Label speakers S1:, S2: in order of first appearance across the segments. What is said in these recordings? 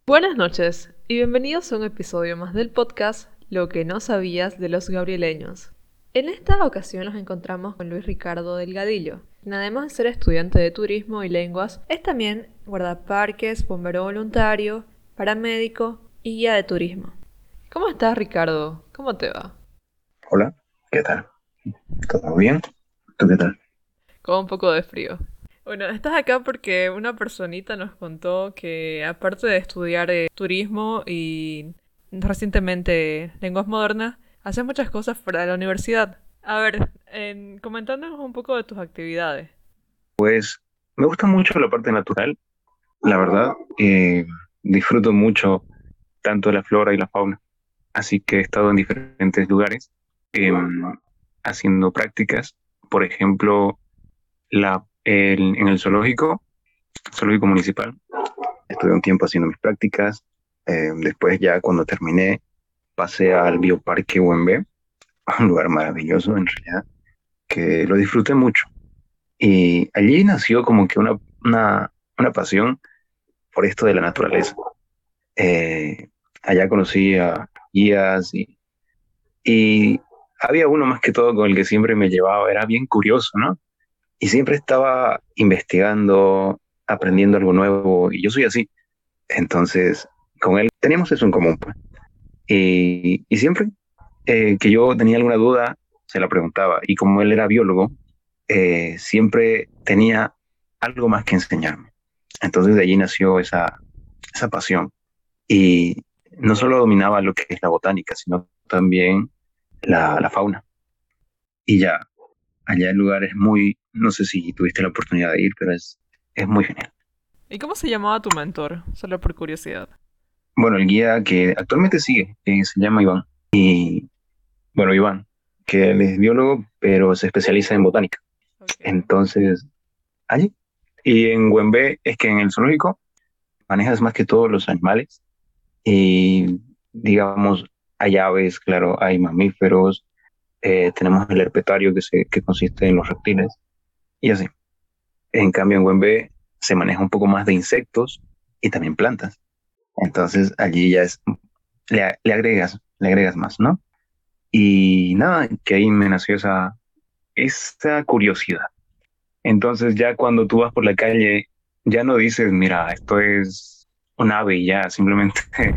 S1: Buenas noches y bienvenidos a un episodio más del podcast Lo que no sabías de los gabrieleños. En esta ocasión nos encontramos con Luis Ricardo Delgadillo, quien además de ser estudiante de turismo y lenguas, es también guardaparques, bombero voluntario, paramédico y guía de turismo. ¿Cómo estás, Ricardo? ¿Cómo te va?
S2: Hola, ¿qué tal? ¿Todo bien? ¿Tú qué tal?
S1: Con un poco de frío. Bueno, estás acá porque una personita nos contó que aparte de estudiar turismo y recientemente lenguas modernas, haces muchas cosas fuera de la universidad. A ver, comentándonos un poco de tus actividades.
S2: Pues me gusta mucho la parte natural, la verdad. Disfruto mucho tanto la flora y la fauna. Así que he estado en diferentes lugares haciendo prácticas. Por ejemplo, en el zoológico municipal. Estuve un tiempo haciendo mis prácticas. Después ya cuando terminé pasé al Bioparque UNB, un lugar maravilloso en realidad, que lo disfruté mucho. Y allí nació como que una pasión por esto de la naturaleza. Eh, Allá conocí a guías y había uno más que todo con el que siempre me llevaba, era bien curioso, ¿no? Y siempre estaba investigando, aprendiendo algo nuevo, y yo soy así. Entonces, con él teníamos eso en común, pues. Y siempre que yo tenía alguna duda, se la preguntaba. Y como él era biólogo, siempre tenía algo más que enseñarme. Entonces de allí nació esa pasión. Y no solo dominaba lo que es la botánica, sino también la fauna. Y ya, allá el lugar es muy, no sé si tuviste la oportunidad de ir, pero es muy genial.
S1: ¿Y cómo se llamaba tu mentor? Solo por curiosidad.
S2: Bueno, el guía que actualmente sigue, se llama Iván. Y bueno, Iván, que él es biólogo, pero se especializa en botánica.
S1: Ok.
S2: Entonces, allí. Y en Güembe es que en el zoológico manejas más que todos los animales y digamos, hay aves, claro, hay mamíferos, tenemos el herpetario que consiste en los reptiles y así. En cambio, en Güembe se maneja un poco más de insectos y también plantas. Entonces allí ya le agregas más, ¿no? Y nada, que ahí me nació esa curiosidad. Entonces ya cuando tú vas por la calle, ya no dices, mira, esto es un ave y ya, simplemente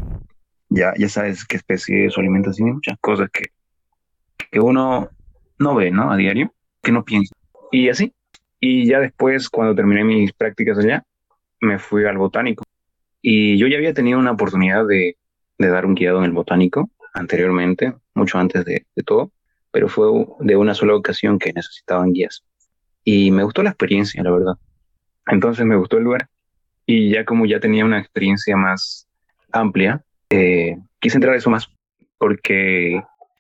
S2: ya sabes qué especie es su alimentación y muchas cosas que uno no ve, ¿no? A diario, que no piensa. Y así. Y ya después, cuando terminé mis prácticas allá, me fui al botánico. Y yo ya había tenido una oportunidad de dar un guiado en el botánico anteriormente, mucho antes de todo, pero fue de una sola ocasión que necesitaban guías. Y me gustó la experiencia, la verdad. Entonces me gustó el lugar y ya como ya tenía una experiencia más amplia, quise entrar a eso más, porque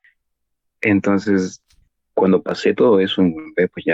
S2: entonces cuando pasé todo eso en UNB, pues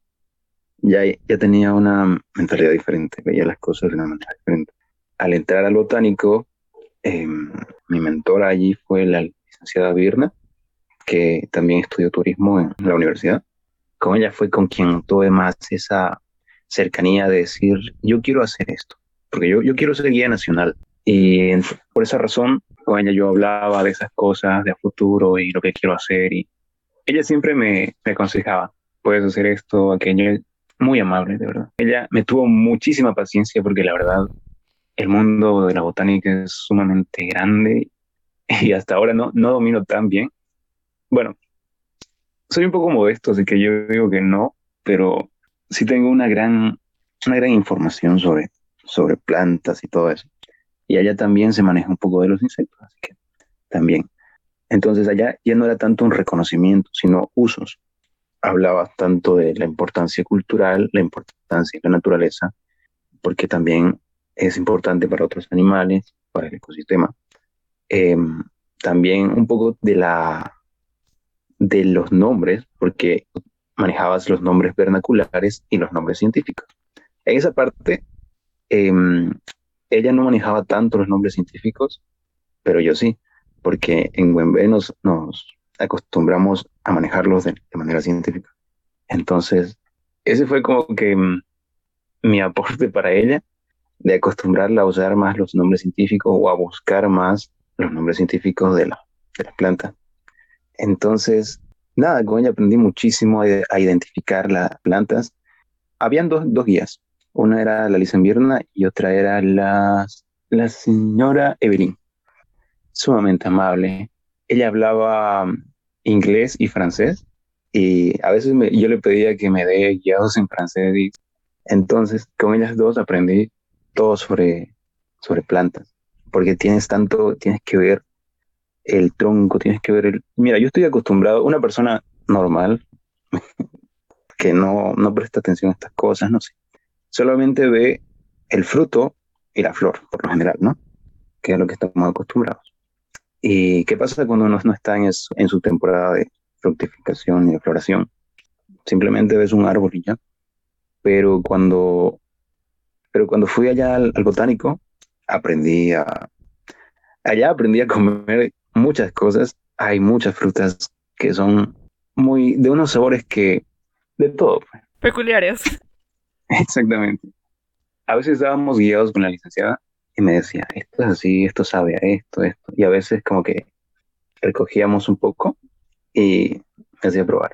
S2: ya tenía una mentalidad diferente, veía las cosas de una manera diferente. Al entrar al botánico, eh, mi mentora allí fue la licenciada Virna, que también estudió turismo en la universidad. Con ella fue con quien tuve más esa cercanía de decir, yo quiero hacer esto, porque yo quiero ser guía nacional. Y por esa razón, con ella yo hablaba de esas cosas, de a futuro y lo que quiero hacer. Y ella siempre me aconsejaba, puedes hacer esto, aquello. Muy amable, de verdad. Ella me tuvo muchísima paciencia porque la verdad, el mundo de la botánica es sumamente grande y hasta ahora no domino tan bien. Bueno, soy un poco modesto, así que yo digo que no, pero sí tengo una gran información sobre plantas y todo eso. Y allá también se maneja un poco de los insectos, así que también. Entonces allá ya no era tanto un reconocimiento, sino usos. Hablaba tanto de la importancia cultural, la importancia de la naturaleza, porque también es importante para otros animales, para el ecosistema. Em, También un poco de los nombres, porque manejabas los nombres vernaculares y los nombres científicos. En esa parte, eh, ella no manejaba tanto los nombres científicos, pero yo sí, porque en Wenbe nos acostumbramos a manejarlos de manera científica. Entonces, ese fue como que mi aporte para ella de acostumbrarla a usar más los nombres científicos o a buscar más los nombres científicos de las plantas. Entonces, nada, con ella aprendí muchísimo a identificar las plantas. Habían dos guías. Una era la Lisa Mirna y otra era la señora Evelyn, sumamente amable. Ella hablaba inglés y francés y a veces yo le pedía que me dé guiados en francés y entonces con ellas dos aprendí todo sobre plantas, porque tienes que ver el tronco, tienes que ver el... Mira, yo estoy acostumbrado, una persona normal que no presta atención a estas cosas, no sé, solamente ve el fruto y la flor, por lo general, ¿no? Que es lo que estamos acostumbrados. ¿Y qué pasa cuando uno no está en su temporada de fructificación y de floración? Simplemente ves un árbol y ya. Pero cuando, pero cuando fui allá al botánico, aprendí a, allá aprendí a comer muchas cosas. Hay muchas frutas que son de unos sabores de todo, pues.
S1: Peculiares.
S2: Exactamente. A veces estábamos guiados con la licenciada y me decía, esto es así, esto sabe a esto. Y a veces como que recogíamos un poco y me hacía probar.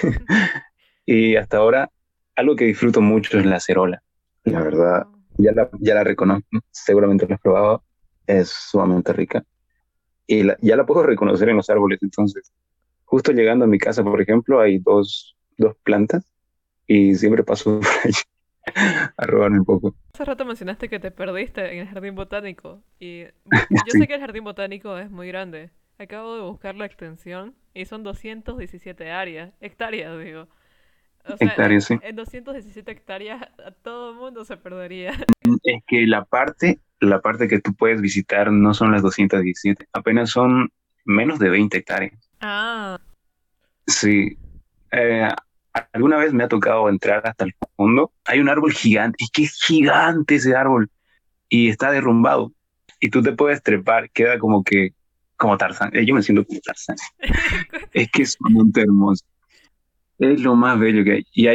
S2: Y hasta ahora, algo que disfruto mucho es la acerola. La verdad,
S1: Oh.
S2: ya la reconozco, seguramente la has probado, es sumamente rica. Y ya la puedo reconocer en los árboles, entonces, justo llegando a mi casa, por ejemplo, hay dos plantas y siempre paso por allí a robarme un poco.
S1: Hace rato mencionaste que te perdiste en el jardín botánico y yo sé
S2: Sí,
S1: que el jardín botánico es muy grande. Acabo de buscar la extensión y son 217 áreas, hectáreas, digo. O sea,
S2: hectáreas, sí.
S1: en 217 hectáreas a todo el mundo se perdería.
S2: Es que la parte que tú puedes visitar no son las 217, apenas son menos de 20 hectáreas.
S1: Ah,
S2: Sí, eh, alguna vez me ha tocado entrar hasta el fondo. Hay un árbol gigante, es que es gigante ese árbol y está derrumbado. Y tú te puedes trepar, queda como Tarzán. Yo me siento como Tarzán. Es que es un monte hermoso. Es lo más bello que hay. Y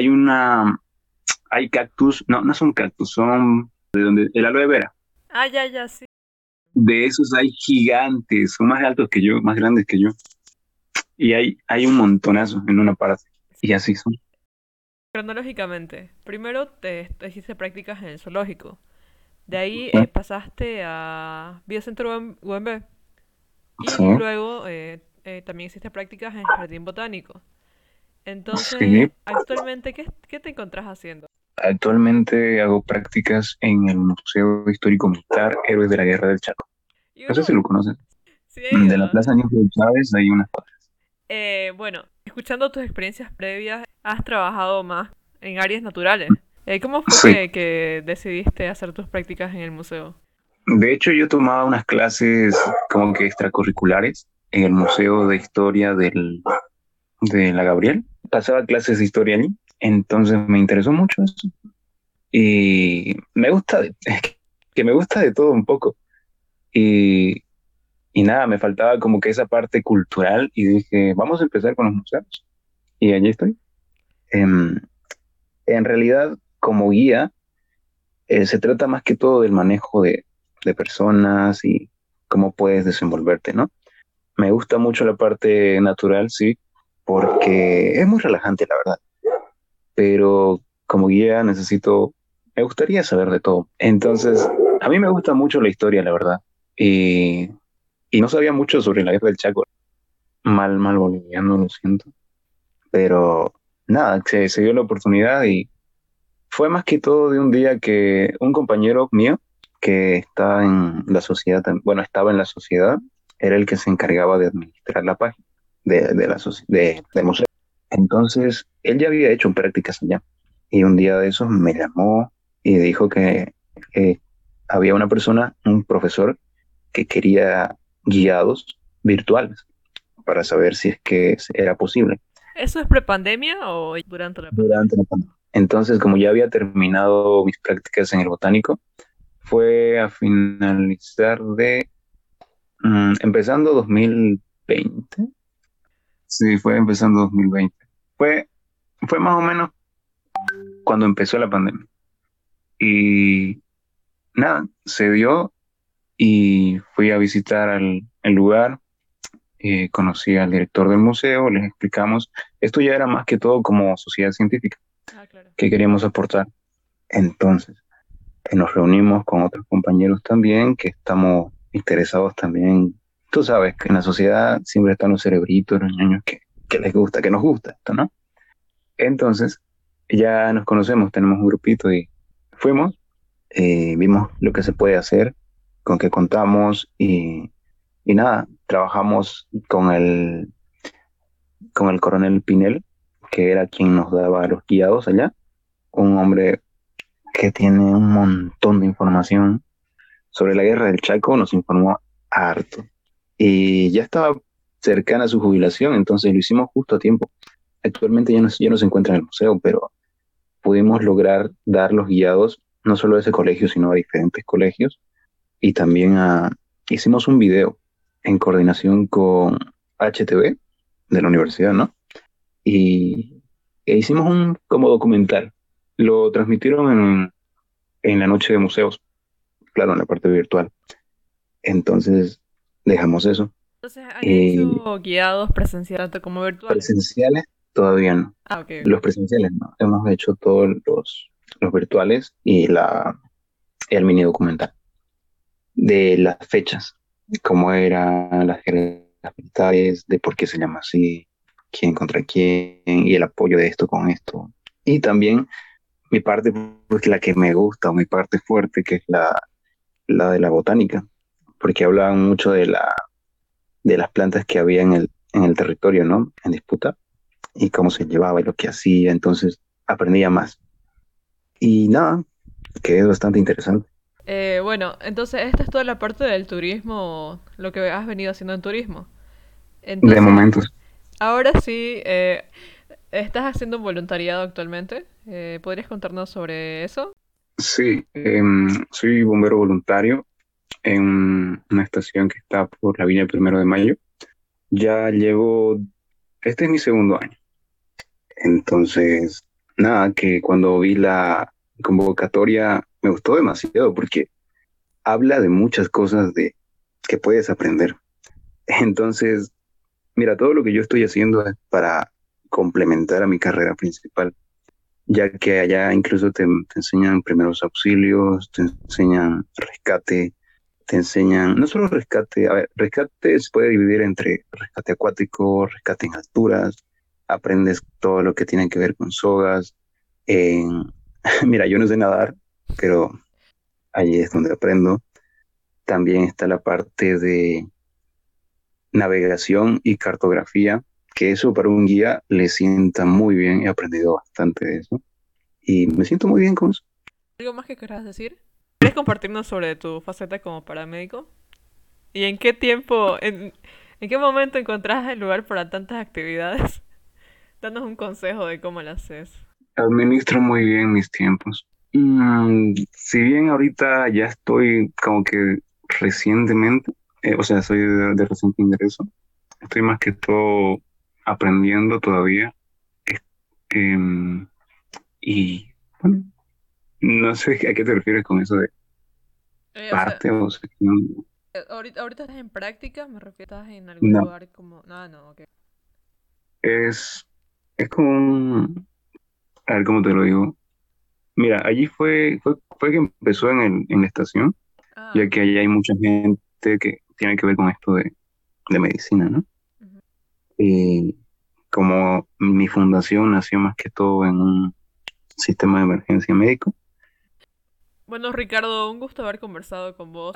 S2: hay cactus, no son cactus, son el aloe vera.
S1: ah, ya, ya, sí.
S2: De esos hay gigantes, son más altos que yo, más grandes que yo. Y hay un montonazo en una parte. Y así son.
S1: Cronológicamente, primero te hiciste prácticas en el zoológico. De ahí pasaste a Biocentro UMB.
S2: Sí,
S1: Y luego también hiciste prácticas en el jardín botánico. Entonces,
S2: sí.
S1: actualmente, ¿qué te encontrás haciendo?
S2: Actualmente hago prácticas en el Museo Histórico Militar Héroes de la Guerra del Chaco.
S1: Y
S2: No sé
S1: uno,
S2: si lo conoces.
S1: sí he
S2: De la
S1: ido.
S2: Plaza Ñuflo Chávez hay una...
S1: Bueno, escuchando tus experiencias previas, has trabajado más en áreas naturales. ¿Cómo fue
S2: Sí.
S1: que decidiste hacer tus prácticas en el museo?
S2: De hecho, yo tomaba unas clases como que extracurriculares en el Museo de Historia de la Gabriel. Pasaba clases de historia allí, entonces me interesó mucho eso. Y es que me gusta de todo un poco. Y, y nada, me faltaba como que esa parte cultural y dije, vamos a empezar con los museos. Y allí estoy. Em, en realidad, como guía, se trata más que todo del manejo de personas y cómo puedes desenvolverte, ¿no? Me gusta mucho la parte natural, sí, porque es muy relajante, la verdad. Pero como guía me gustaría saber de todo. Entonces, a mí me gusta mucho la historia, la verdad. Y, y no sabía mucho sobre la guerra del Chaco. Mal boliviano, lo siento. Pero nada, se dio la oportunidad y fue más que todo de un día que un compañero mío que está en la sociedad, bueno, estaba en la sociedad, era el que se encargaba de administrar la página del museo. Entonces, él ya había hecho prácticas allá. Y un día de esos me llamó y dijo que había una persona, un profesor, que quería guiados virtuales para saber si es que era posible.
S1: ¿Eso es prepandemia o durante la pandemia?
S2: Durante la pandemia. Entonces, como ya había terminado mis prácticas en el botánico, fue a finalizar empezando 2020. Sí, fue empezando 2020. Fue, fue más o menos cuando empezó la pandemia. Y, nada, se dio y fui a visitar el lugar, conocí al director del museo, les explicamos, esto ya era más que todo como sociedad científica
S1: Ah, claro.
S2: que queríamos aportar. Entonces, nos reunimos con otros compañeros también que estamos interesados también. Tú sabes que en la sociedad siempre están los cerebritos, los ñoños que les gusta, que nos gusta esto, ¿no? Entonces, ya nos conocemos, tenemos un grupito y fuimos, vimos lo que se puede hacer, con qué contamos y nada, trabajamos con el coronel Pinel, que era quien nos daba los guiados allá, un hombre que tiene un montón de información sobre la guerra del Chaco, nos informó harto. Y ya estaba cercana a su jubilación, entonces lo hicimos justo a tiempo. Actualmente ya no se encuentra en el museo, pero pudimos lograr dar los guiados no solo a ese colegio, sino a diferentes colegios. Y también hicimos un video en coordinación con HTV de la universidad, ¿no? Y hicimos un como documental. Lo transmitieron en la noche de museos, claro, en la parte virtual. Entonces dejamos eso.
S1: Entonces, ¿han
S2: Y
S1: hecho guiados presenciales tanto como virtuales?
S2: presenciales todavía no.
S1: Ah, ok,
S2: Los
S1: ok.
S2: presenciales no. Hemos hecho todos los virtuales y el mini documental de las fechas, cómo eran las guerras militares, de por qué se llama así, quién contra quién y el apoyo de esto con esto. Y también mi parte, pues la que me gusta, o mi parte fuerte, que es la de la botánica, porque hablaban mucho de las plantas que había en el territorio, ¿no? En disputa, y cómo se llevaba y lo que hacía, entonces aprendía más. Y nada, que es bastante interesante.
S1: Bueno, entonces esta es toda la parte del turismo, lo que has venido haciendo en turismo.
S2: De
S1: Entonces,
S2: momentos,
S1: ahora sí, ¿estás haciendo un voluntariado actualmente? ¿Podrías contarnos sobre eso?
S2: sí, soy bombero voluntario en una estación que está por la Villa Primero de Mayo. Ya llevo, este es mi segundo año. Entonces, nada, que cuando vi la convocatoria me gustó demasiado porque habla de muchas cosas que puedes aprender. Entonces, mira, todo lo que yo estoy haciendo es para complementar a mi carrera principal, ya que allá incluso te enseñan primeros auxilios, te enseñan rescate, te enseñan, no solo rescate, a ver, rescate se puede dividir entre rescate acuático, rescate en alturas, aprendes todo lo que tiene que ver con sogas. En... Mira, yo no sé nadar, pero allí es donde aprendo. También está la parte de navegación y cartografía, que eso para un guía le sienta muy bien, he aprendido bastante de eso y me siento muy bien con eso.
S1: ¿Algo más que querrás decir? ¿Quieres compartirnos sobre tu faceta como paramédico? ¿Y en qué tiempo, en qué momento encontrás el lugar para tantas actividades? Danos un consejo de cómo lo haces.
S2: Administro muy bien mis tiempos. Si bien ahorita ya estoy como que recientemente, o sea, soy de reciente ingreso, estoy más que todo aprendiendo todavía. Em, y bueno, no sé a qué te refieres con eso de
S1: O sea,
S2: parte o sección.
S1: ahorita estás en práctica, me refiero, estás en algún
S2: No,
S1: lugar como... No, no, ok.
S2: es, es como a ver cómo te lo digo. Mira, allí fue que empezó en la estación,
S1: Ah,
S2: ya que allí hay mucha gente que tiene que ver con esto de medicina, ¿no?
S1: ujú.
S2: Y como mi fundación nació más que todo en un sistema de emergencia médico,
S1: Bueno, Ricardo, un gusto haber conversado con vos.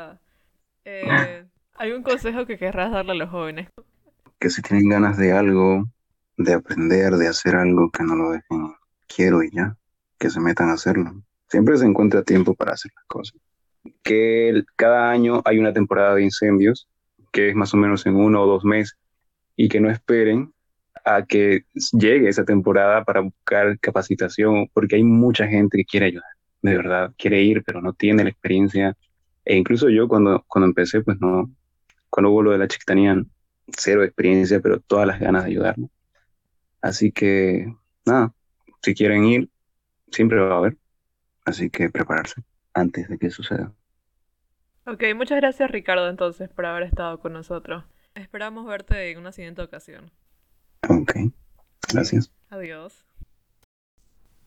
S1: ¿Algún consejo que querrás darle a los jóvenes?
S2: que si tienen ganas de algo, de aprender, de hacer algo, que no lo dejen quiero y ya, que se metan a hacerlo. Siempre se encuentra tiempo para hacer las cosas. Que cada año hay una temporada de incendios, que es más o menos en 1 o 2 meses, y que no esperen a que llegue esa temporada para buscar capacitación, porque hay mucha gente que quiere ayudar, de verdad, quiere ir, pero no tiene la experiencia. E incluso yo cuando empecé, pues no, cuando hubo lo de la chiquitanía, cero experiencia, pero todas las ganas de ayudar, ¿no? Así que, nada, si quieren ir, siempre va a haber, así que prepararse antes de que suceda.
S1: Ok, muchas gracias Ricardo entonces por haber estado con nosotros. Esperamos verte en una siguiente ocasión.
S2: Ok, gracias.
S1: Adiós.